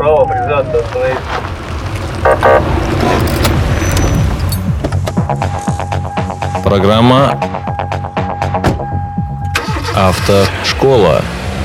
Право, признаться, остановиться. Программа «Автошкола».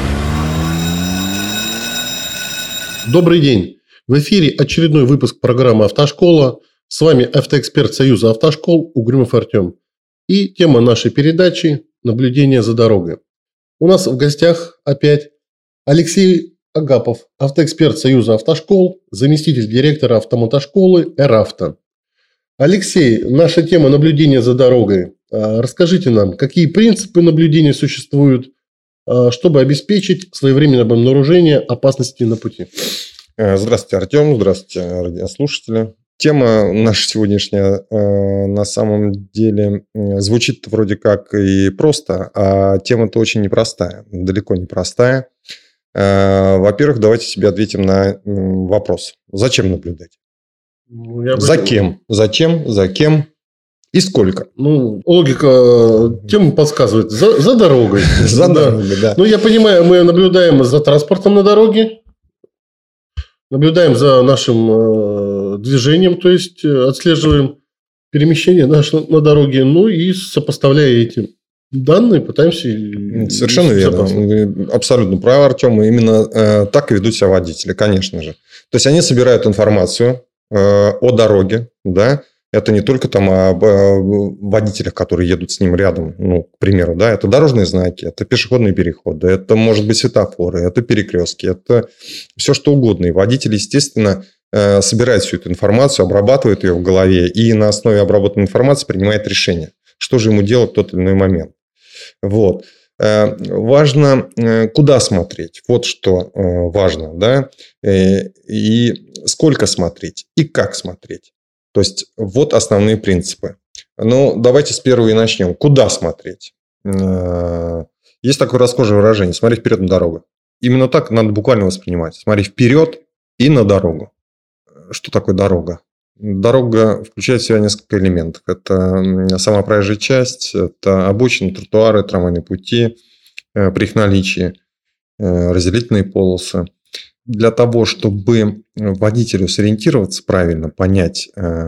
Добрый день. В эфире очередной выпуск программы «Автошкола». С вами автоэксперт Союза автошкол Угрюмов Артем. И тема нашей передачи – наблюдение за дорогой. У нас в гостях опять Алексей Агапов, автоэксперт Союза автошкол, заместитель директора автомотошколы «Эравто». Алексей, наша тема наблюдения за дорогой. Расскажите нам, какие принципы наблюдения существуют, чтобы обеспечить своевременное обнаружение опасности на пути? Здравствуйте, Артем. Здравствуйте, радиослушатели. Тема наша сегодняшняя на самом деле звучит вроде как и просто, а тема-то очень непростая, далеко не простая. Во-первых, давайте себе ответим на вопрос. Зачем наблюдать? За кем? Зачем? За кем? И сколько? Логика темы подсказывает. За дорогой. За дорогой, да. Я понимаю, мы наблюдаем за транспортом на дороге, наблюдаем за нашим движением, то есть отслеживаем перемещение наше на дороге, и сопоставляя эти данные, пытаемся... Совершенно верно. Вы абсолютно правы, Артем. Именно так и ведут себя водители, конечно же. То есть, они собирают информацию о дороге, да, это не только там о водителях, которые едут с ним рядом, к примеру, да, это дорожные знаки, это пешеходные переходы, это, может быть, светофоры, это перекрестки, это все что угодно. И водитель, естественно, собирает всю эту информацию, обрабатывает ее в голове и на основе обработанной информации принимает решение, что же ему делать в тот или иной момент. Вот. Важно, куда смотреть. Вот что важно, да, и сколько смотреть, и как смотреть. То есть, вот основные принципы. Давайте с первого и начнем. Куда смотреть? Есть такое расхожее выражение: смотри вперед на дорогу. Именно так надо буквально воспринимать. Смотри вперед и на дорогу. Что такое дорога? Дорога включает в себя несколько элементов. Это сама проезжая часть, это обочины, тротуары, трамвайные пути, при их наличии разделительные полосы. Для того, чтобы водителю сориентироваться правильно, понять,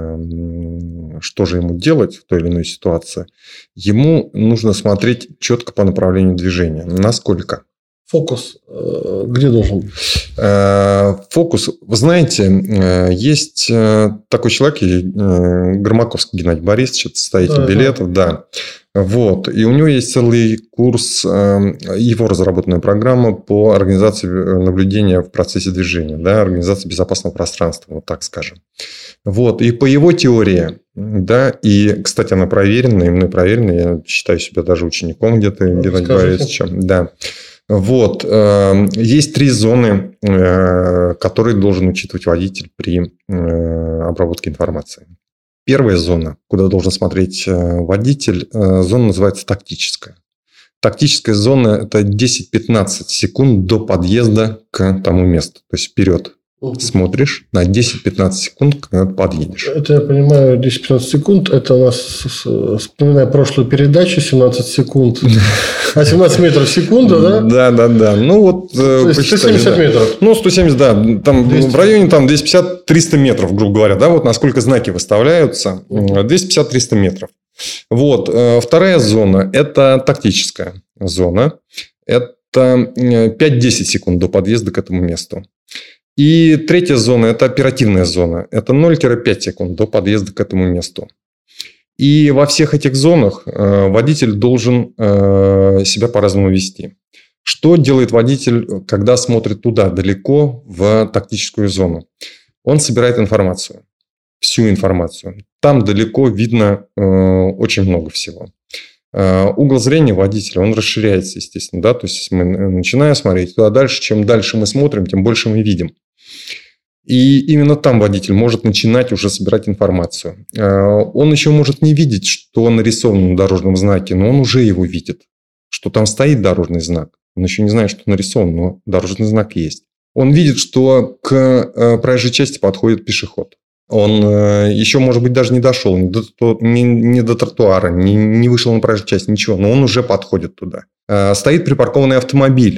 что же ему делать в той или иной ситуации, ему нужно смотреть четко по направлению движения. Насколько? Фокус где должен быть? Фокус. Вы знаете, есть такой человек, Громаковский Геннадий Борисович, это составитель билетов, да. Вот. И у него есть целый курс, его разработанная программа по организации наблюдения в процессе движения, да, организации безопасного пространства, вот так скажем. Вот. И по его теории, да, и, кстати, она проверена, именно проверена, я считаю себя даже учеником где-то Геннадия Борисовича, да. Вот. Есть 3 зоны, которые должен учитывать водитель при обработке информации. Первая зона, куда должен смотреть водитель, зона называется тактическая. Тактическая зона – это 10-15 секунд до подъезда к тому месту. То есть, вперед смотришь на 10-15 секунд, когда ты подъедешь. Это, я понимаю, 10-15 секунд. Это у нас, вспоминая прошлую передачу, 17 секунд. А 17 метров в секунду, да? Да. То есть, 170 метров. 170, да. Там 200. В районе 250-300 метров, грубо говоря. Да, вот насколько знаки выставляются. 250-300 метров. Вот. Вторая зона – это тактическая зона. Это 5-10 секунд до подъезда к этому месту. И третья зона – это оперативная зона. Это 0-5 секунд до подъезда к этому месту. И во всех этих зонах водитель должен себя по-разному вести. Что делает водитель, когда смотрит туда, далеко, в тактическую зону? Он собирает информацию. Всю информацию. Там далеко видно очень много всего. Угол зрения водителя, он расширяется, естественно. Да? То есть, мы начинаем смотреть туда дальше. Чем дальше мы смотрим, тем больше мы видим. И именно там водитель может начинать уже собирать информацию. Он еще может не видеть, что нарисовано на дорожном знаке, но он уже его видит, что там стоит дорожный знак. Он еще не знает, что нарисован, но дорожный знак есть. Он видит, что к проезжей части подходит пешеход. Он еще, может быть, даже не дошел не до тротуара, не вышел на проезжую часть, ничего, но он уже подходит туда. Стоит припаркованный автомобиль.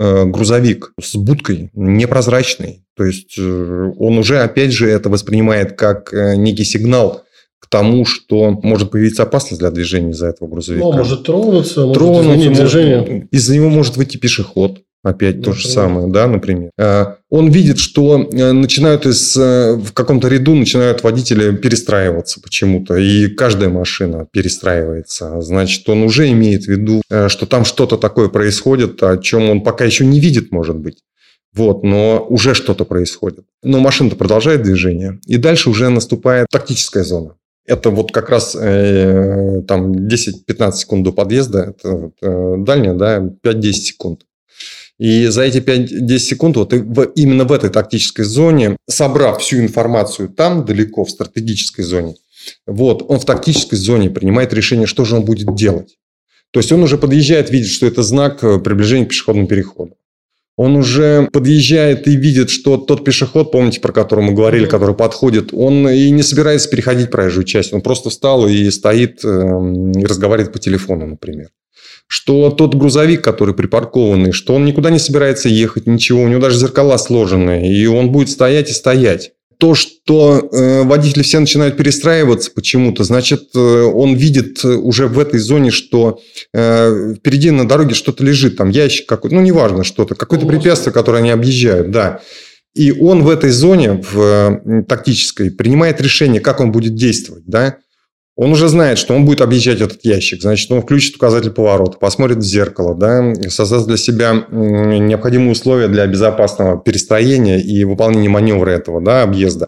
грузовик с будкой непрозрачный. То есть он уже, опять же, это воспринимает как некий сигнал к тому, что может появиться опасность для движения из-за этого грузовика. Ну, может тронуться, может изменить движение. Из-за него может выйти пешеход. Опять то же самое, да, например. Он видит, что начинают в каком-то ряду начинают водители перестраиваться почему-то, и каждая машина перестраивается. Значит, он уже имеет в виду, что там что-то такое происходит, о чем он пока еще не видит, может быть. Вот, но уже что-то происходит. Но машина-то продолжает движение, и дальше уже наступает тактическая зона. Это вот как раз там 10-15 секунд до подъезда, это дальняя, да, 5-10 секунд. И за эти 5-10 секунд вот именно в этой тактической зоне, собрав всю информацию там, далеко, в стратегической зоне, вот, он в тактической зоне принимает решение, что же он будет делать. То есть, он уже подъезжает, видит, что это знак приближения к пешеходному переходу. Он уже подъезжает и видит, что тот пешеход, помните, про который мы говорили, который подходит, он и не собирается переходить проезжую часть. Он просто встал и стоит, и разговаривает по телефону, например. Что тот грузовик, который припаркованный, что он никуда не собирается ехать, ничего, у него даже зеркала сложенные, и он будет стоять и стоять. То, что водители все начинают перестраиваться почему-то, значит, он видит уже в этой зоне, что впереди на дороге что-то лежит, там ящик какой-то, ну, неважно что-то, какое-то препятствие, которое они объезжают, да. И он в этой зоне, в тактической, принимает решение, как он будет действовать, да. Он уже знает, что он будет объезжать этот ящик. Значит, он включит указатель поворота, посмотрит в зеркало, да, создаст для себя необходимые условия для безопасного перестроения и выполнения маневра этого, да, объезда.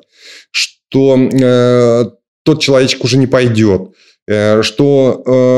Что тот человечек уже не пойдет. Что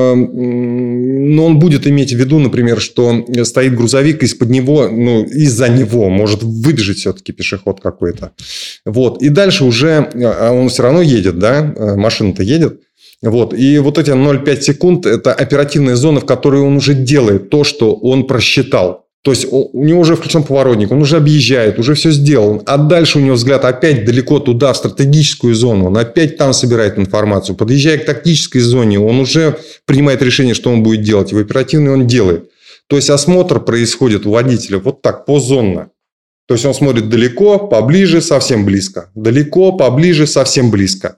он будет иметь в виду, например, что стоит грузовик, из-под него, ну, из-за него может выбежать все-таки пешеход какой-то. Вот. И дальше уже он все равно едет, да, машина-то едет. Вот. И вот эти 0,5 секунд – это оперативная зона, в которой он уже делает то, что он просчитал. То есть, у него уже включен поворотник, он уже объезжает, уже все сделал. А дальше у него взгляд опять далеко туда, в стратегическую зону. Он опять там собирает информацию. Подъезжая к тактической зоне, он уже принимает решение, что он будет делать. И в оперативной он делает. То есть, осмотр происходит у водителя вот так, позонно. То есть, он смотрит далеко, поближе, совсем близко. Далеко, поближе, совсем близко.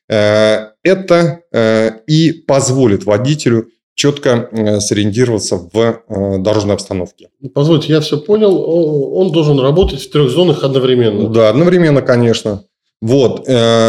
Это и позволит водителю четко сориентироваться в дорожной обстановке. Позвольте, я все понял. Он должен работать в 3 зонах одновременно. Да, одновременно, конечно. Вот.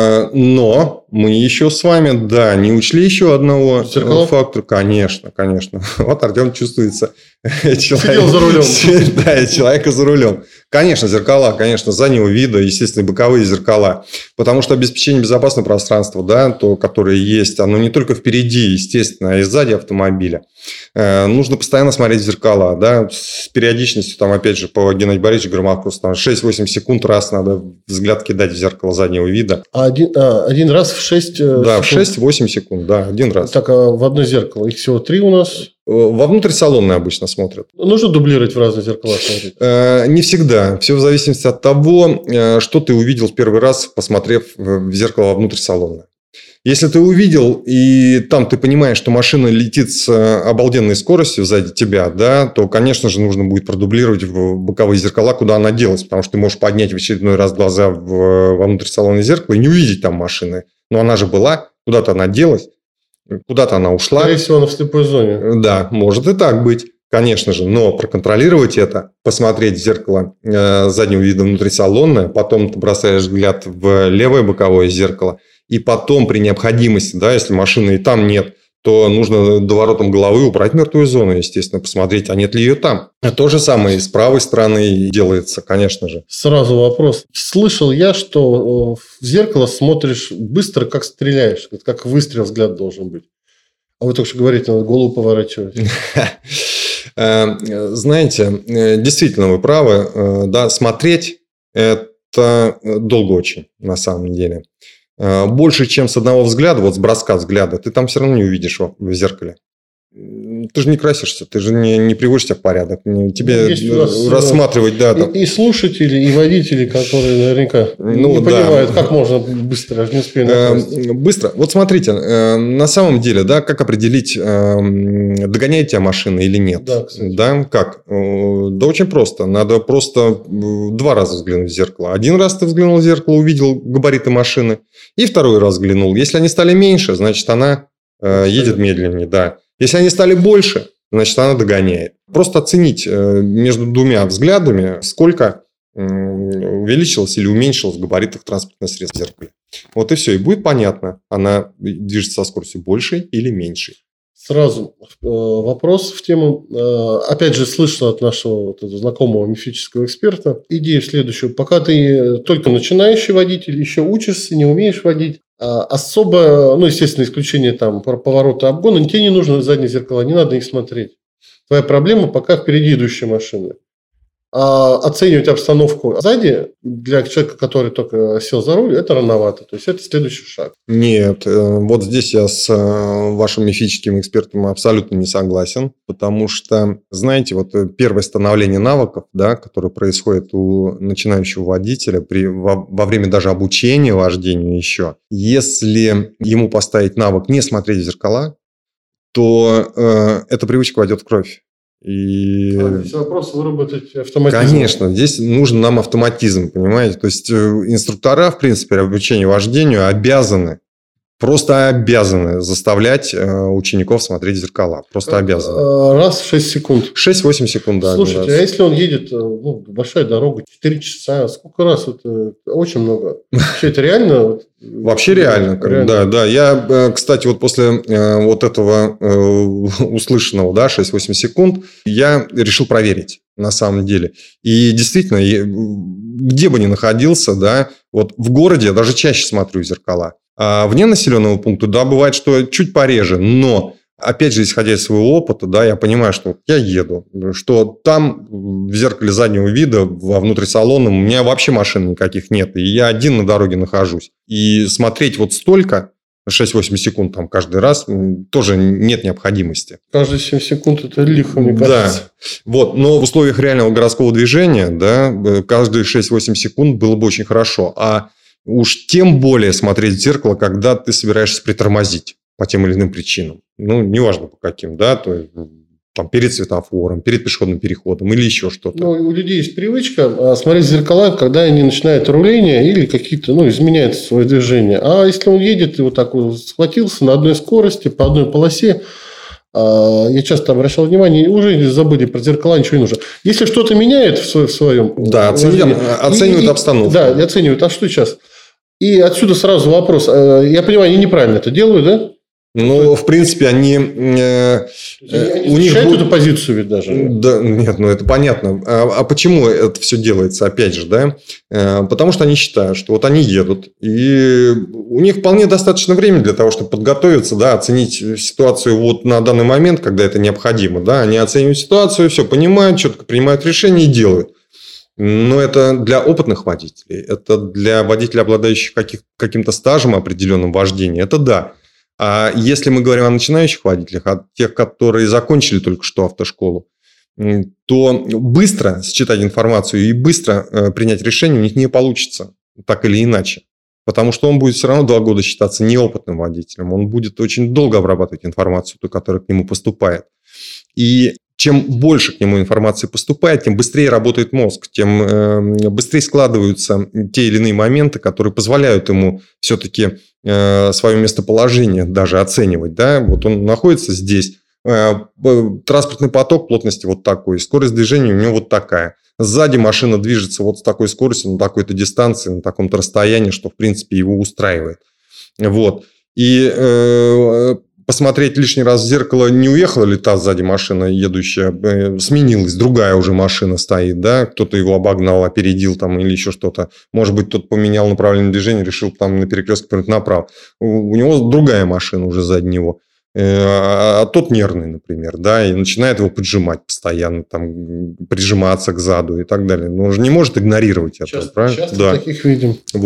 Но мы еще с вами, да, не учли еще одного фактора. Конечно, конечно. Вот Артем чувствуется сидел за рулем. Да, человека за рулем. Конечно, зеркала, конечно, заднего вида, естественно, боковые зеркала. Потому что обеспечение безопасного пространства, да, то, которое есть, оно не только впереди, естественно, а и сзади автомобиля. Нужно постоянно смотреть в зеркала, да, с периодичностью, там, опять же, по Геннадию Борисовичу Громооту, там 6-8 секунд раз надо взгляд кидать в зеркало заднего вида. Один раз в 6 секунд? Да, в 6-8 секунд, да, один раз. Так, а в одно зеркало? Их всего 3 у нас? Во внутрисалонные обычно смотрят. Нужно дублировать в разные зеркала смотреть? Не всегда. Все в зависимости от того, что ты увидел в первый раз, посмотрев в зеркало во внутрисалонное. Если ты увидел, и там ты понимаешь, что машина летит с обалденной скоростью сзади тебя, да, то, конечно же, нужно будет продублировать в боковые зеркала, куда она делась. Потому что ты можешь поднять в очередной раз глаза во внутрисалонное зеркало и не увидеть там машины. Но она же была, куда-то она делась, куда-то она ушла. Скорее всего, она в слепой зоне. Да, может и так быть. Конечно же, но проконтролировать это, посмотреть в зеркало заднего вида внутрисалонное, потом ты бросаешь взгляд в левое боковое зеркало, и потом при необходимости, да, если машины и там нет, то нужно доворотом головы убрать мертвую зону, естественно, посмотреть, а нет ли ее там. То же самое и с правой стороны делается, конечно же. Сразу вопрос. Слышал я, что в зеркало смотришь быстро, как стреляешь, как выстрел взгляд должен быть. А вы только что говорите, надо голову поворачивать. Знаете, действительно вы правы. Да, смотреть – это долго очень, на самом деле. Больше, чем с одного взгляда, вот с броска взгляда, ты там все равно не увидишь в зеркале. ты же не красишься, ты же не приводишь себя в порядок. Тебе рассматривать, да. И слушатели, и водители, которые наверняка не понимают, как можно быстро, не успею накраситься. Быстро. Вот смотрите, на самом деле, да, как определить, догоняет тебя машина или нет? Да, кстати. Да, как? Да очень просто. Надо просто 2 раза взглянуть в зеркало. 1 раз ты взглянул в зеркало, увидел габариты машины, и 2 раз взглянул. Если они стали меньше, значит, она едет медленнее, да. Если они стали больше, значит, она догоняет. Просто оценить между 2 взглядами, сколько увеличилось или уменьшилось в габаритах транспортных средств в зеркале. Вот и все. И будет понятно, она движется со скоростью большей или меньшей. Сразу вопрос в тему. Опять же, слышал от нашего знакомого мифического эксперта идею следующую. Пока ты только начинающий водитель, еще учишься, не умеешь водить, особо, естественно, исключение там поворота, обгона, тебе не нужно задние зеркала, не надо их смотреть. Твоя проблема пока впереди идущие машины. А оценивать обстановку сзади для человека, который только сел за руль, это рановато. То есть, это следующий шаг. Нет, вот здесь я с вашим мифическим экспертом абсолютно не согласен. Потому что, знаете, вот первое становление навыков, да, которое происходит у начинающего водителя во время даже обучения вождению еще, если ему поставить навык не смотреть в зеркала, то эта привычка войдет в кровь. И... Здесь вопрос выработать автоматизм. Конечно, здесь нужен нам автоматизм, понимаете? То есть, инструктора, в принципе, обучение вождению просто обязаны заставлять учеников смотреть в зеркала. Просто обязаны. Раз в 6 секунд. 6-8 секунд, да. Слушайте, а если он едет, большая дорога, 4 часа, сколько раз? Это очень много. Вообще, это реально? Вообще реально. Да. Я, кстати, вот после вот этого услышанного, да, 6-8 секунд, я решил проверить на самом деле. И действительно, где бы ни находился, да, вот в городе я даже чаще смотрю в зеркала. А вне населенного пункта, да, бывает, что чуть пореже, но, опять же, исходя из своего опыта, да, я понимаю, что я еду, что там в зеркале заднего вида, во внутрисалонном, у меня вообще машин никаких нет, и я один на дороге нахожусь. И смотреть вот столько, 6-8 секунд там каждый раз, тоже нет необходимости. Каждые 7 секунд это лихо, мне кажется. Да, вот, но в условиях реального городского движения, да, каждые 6-8 секунд было бы очень хорошо, а уж тем более смотреть в зеркало, когда ты собираешься притормозить по тем или иным причинам. Неважно по каким, да, то есть, там, перед светофором, перед пешеходным переходом или еще что-то. У людей есть привычка смотреть в зеркала, когда они начинают руление или какие-то, изменяют свое движение. А если он едет и вот так вот схватился на одной скорости, по одной полосе, я часто обращал внимание, уже забыли про зеркала, ничего не нужно. Если что-то меняет в своем... Да, оценивают обстановку. Да, оценивают. А что сейчас? И отсюда сразу вопрос. Я понимаю, они неправильно это делают, да? В принципе, они у них эту позицию ведь даже. Да, нет, это понятно. А почему это все делается, опять же, да? Потому что они считают, что вот они едут, и у них вполне достаточно времени для того, чтобы подготовиться, да, оценить ситуацию вот на данный момент, когда это необходимо, да? Они оценивают ситуацию, все понимают, четко принимают решения и делают. Но это для опытных водителей, это для водителей, обладающих каким-то стажем определенным вождения, это да. А если мы говорим о начинающих водителях, о тех, которые закончили только что автошколу, то быстро считать информацию и быстро принять решение у них не получится, так или иначе. Потому что он будет все равно 2 года считаться неопытным водителем. Он будет очень долго обрабатывать информацию, ту, которая к нему поступает. И чем больше к нему информации поступает, тем быстрее работает мозг, тем быстрее складываются те или иные моменты, которые позволяют ему все-таки свое местоположение даже оценивать. Да? Вот он находится здесь, транспортный поток плотности вот такой, скорость движения у него вот такая. Сзади машина движется вот с такой скоростью, на такой-то дистанции, на таком-то расстоянии, что, в принципе, его устраивает. Вот. И посмотреть лишний раз в зеркало, не уехала ли та сзади машина едущая, сменилась, другая уже машина стоит, да, кто-то его обогнал, опередил там или еще что-то. Может быть, тот поменял направление движения, решил там на перекрестке повернуть направо. У него другая машина уже сзади него. А тот нервный, например, да, и начинает его поджимать постоянно, там, прижиматься к заду и так далее. Но он же не может игнорировать это, правильно? Часто таких видим. Вот.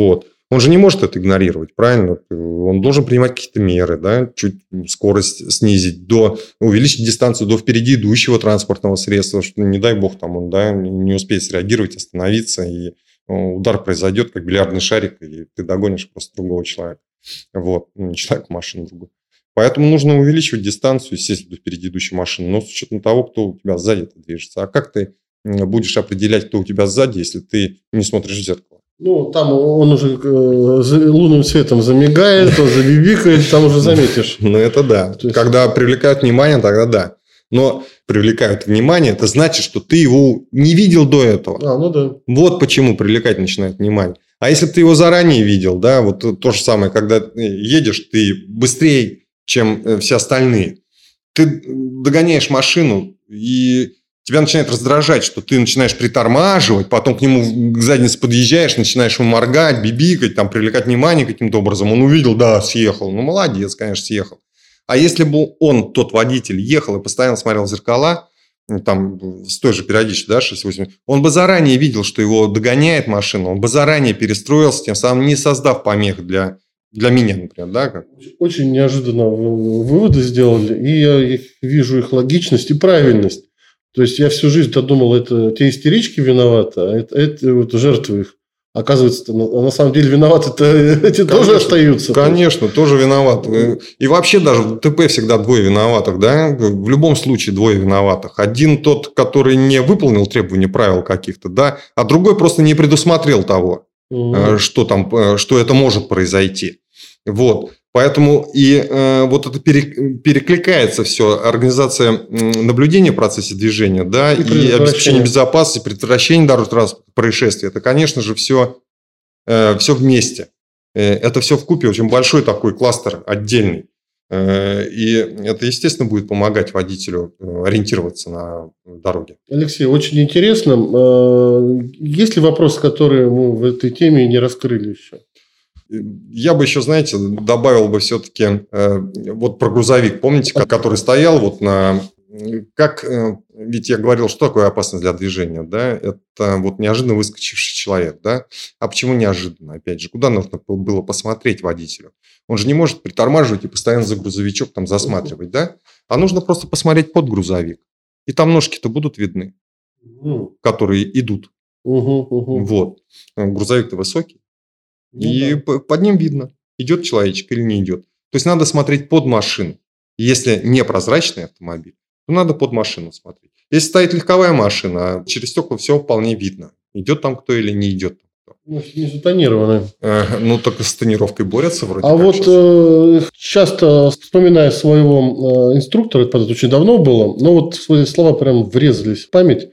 Он же не может это игнорировать, правильно? Он должен принимать какие-то меры, да, чуть скорость снизить, увеличить дистанцию до впереди идущего транспортного средства, что, не дай бог, там он, да, не успеет среагировать, остановиться, и удар произойдет, как бильярдный шарик, и ты догонишь просто другого человека. Вот, не человека, машину другую. Поэтому нужно увеличивать дистанцию, естественно, до впереди идущей машины, но с учетом того, кто у тебя сзади движется. А как ты будешь определять, кто у тебя сзади, если ты не смотришь в зеркало? Ну, там он уже лунным светом замигает, он забибикает, там уже заметишь. Ну, это да. Когда привлекают внимание, тогда да. Но привлекают внимание, это значит, что ты его не видел до этого. Ну да. Вот почему привлекать начинает внимание. А если бы ты его заранее видел, да, вот то же самое, когда едешь, ты быстрее, чем все остальные. Ты догоняешь машину, и тебя начинает раздражать, что ты начинаешь притормаживать, потом к нему к заднице подъезжаешь, начинаешь ему моргать, бибикать, там, привлекать внимание каким-то образом. Он увидел, да, съехал. Ну, молодец, конечно, съехал. А если бы он, тот водитель, ехал и постоянно смотрел в зеркала, там, с той же периодичностью, да, 6-8, он бы заранее видел, что его догоняет машина, он бы заранее перестроился, тем самым не создав помех для меня, например, да? Как? Очень неожиданно выводы сделали, и я вижу их логичность и правильность. То есть, я всю жизнь думал, это те истерички виноваты, а это вот жертвы их. Оказывается, на самом деле виноваты эти тоже остаются. Конечно, тоже виноваты. И вообще даже в ТП всегда двое виноватых, да? В любом случае двое виноватых. Один тот, который не выполнил требования правил каких-то, да, а другой просто не предусмотрел того, что это может произойти. Вот. Поэтому и вот это перекликается все. Организация наблюдения в процессе движения, да, и обеспечение безопасности, предотвращение дорожно-транспортных происшествий. Это, конечно же, все вместе. Это все вкупе очень большой такой кластер отдельный. И это, естественно, будет помогать водителю ориентироваться на дороге. Алексей, очень интересно. Есть ли вопросы, которые мы в этой теме не раскрыли еще? Я бы еще, знаете, добавил бы все-таки вот про грузовик. Помните, который стоял вот на... Ведь я говорил, что такое опасность для движения, да? Это вот неожиданно выскочивший человек, да? А почему неожиданно? Опять же, куда нужно было посмотреть водителю? Он же не может притормаживать и постоянно за грузовичок там засматривать, да? А нужно просто посмотреть под грузовик. И там ножки-то будут видны, которые идут. Вот. Грузовик-то высокий. И под ним видно, идет человечек или не идет. То есть, надо смотреть под машину. Если не прозрачный автомобиль, то надо под машину смотреть. Если стоит легковая машина, через стекла все вполне видно. Идет там кто или не идет там кто. Не затонированные. Ну, так с тонировкой борются вроде. А вот часто вспоминая своего инструктора, это очень давно было, но вот свои слова прям врезались в память.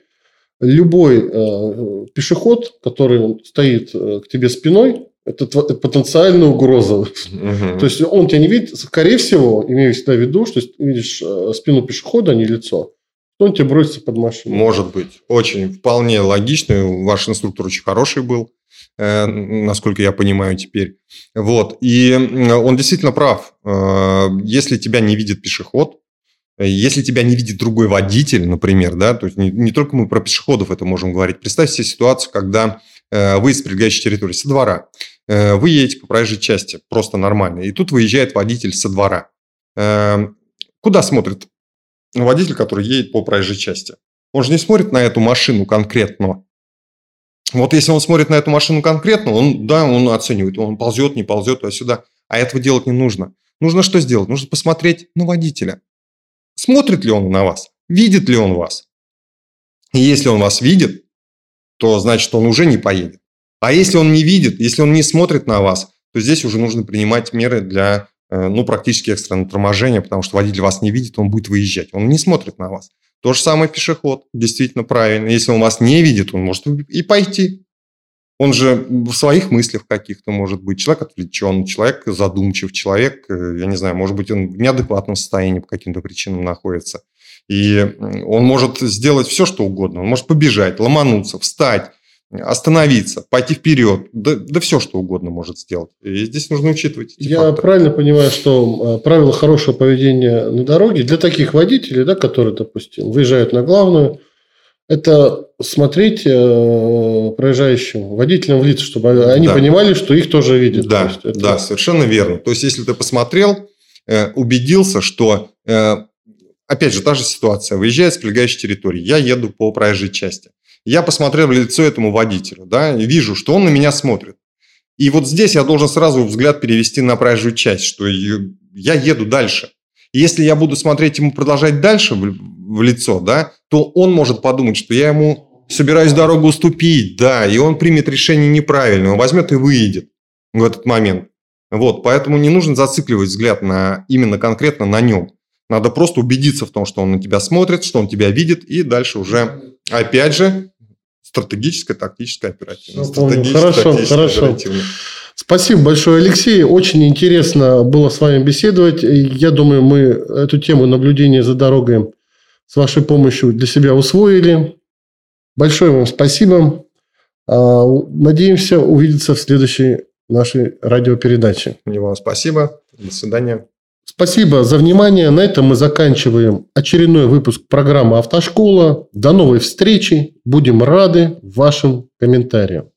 Любой пешеход, который стоит к тебе спиной, это потенциальная угроза. То есть, он тебя не видит. Скорее всего, имею всегда в виду, что если ты видишь спину пешехода, а не лицо, то он тебе бросится под машину. Может быть. Очень вполне логично. Ваш инструктор очень хороший был, насколько я понимаю теперь. Вот. И он действительно прав. Если тебя не видит пешеход, если тебя не видит другой водитель, например, да, то есть не только мы про пешеходов это можем говорить. Представьте себе ситуацию, когда вы с прилегающей территории, со двора, вы едете по проезжей части, просто нормально, и тут выезжает водитель со двора. Куда смотрит водитель, который едет по проезжей части? Он же не смотрит на эту машину конкретно. Вот если он смотрит на эту машину конкретно, он оценивает, он ползет, не ползет туда-сюда. А этого делать не нужно. Нужно что сделать? Нужно посмотреть на водителя. Смотрит ли он на вас? Видит ли он вас? И если он вас видит, то значит, он уже не поедет. А если он не видит, если он не смотрит на вас, то здесь уже нужно принимать меры для практически экстренного торможения, потому что водитель вас не видит, он будет выезжать. Он не смотрит на вас. То же самое пешеход. Действительно правильно. Если он вас не видит, он может и пойти. Он же в своих мыслях каких-то может быть. Человек отвлечен, человек задумчив, человек, я не знаю, может быть, он в неадекватном состоянии по каким-то причинам находится. И он может сделать все, что угодно. Он может побежать, ломануться, встать, остановиться, пойти вперед. Да все, что угодно может сделать. И здесь нужно учитывать эти факторы. Правильно понимаю, что правила хорошего поведения на дороге для таких водителей, да, которые, допустим, выезжают на главную, это смотреть проезжающим водителям в лица, чтобы они понимали, что их тоже видят. Да, да, совершенно верно. То есть, если ты посмотрел, убедился, что, опять же, та же ситуация, выезжает с прилегающей территории, я еду по проезжей части, я посмотрел в лицо этому водителю, да, и вижу, что он на меня смотрит. И вот здесь я должен сразу взгляд перевести на проезжую часть, что я еду дальше. И если я буду смотреть ему продолжать дальше в лицо, да, то он может подумать, что я ему собираюсь дорогу уступить, да, и он примет решение неправильное, он возьмет и выедет в этот момент. Вот, поэтому не нужно зацикливать взгляд именно конкретно на нем. Надо просто убедиться в том, что он на тебя смотрит, что он тебя видит, и дальше уже, опять же, стратегическая, тактическая, оперативная. Хорошо. Спасибо большое, Алексей. Очень интересно было с вами беседовать. Я думаю, мы эту тему наблюдения за дорогой с вашей помощью для себя усвоили. Большое вам спасибо. Надеемся увидеться в следующей нашей радиопередаче. И вам спасибо. До свидания. Спасибо за внимание. На этом мы заканчиваем очередной выпуск программы «Автошкола». До новой встречи. Будем рады вашим комментариям.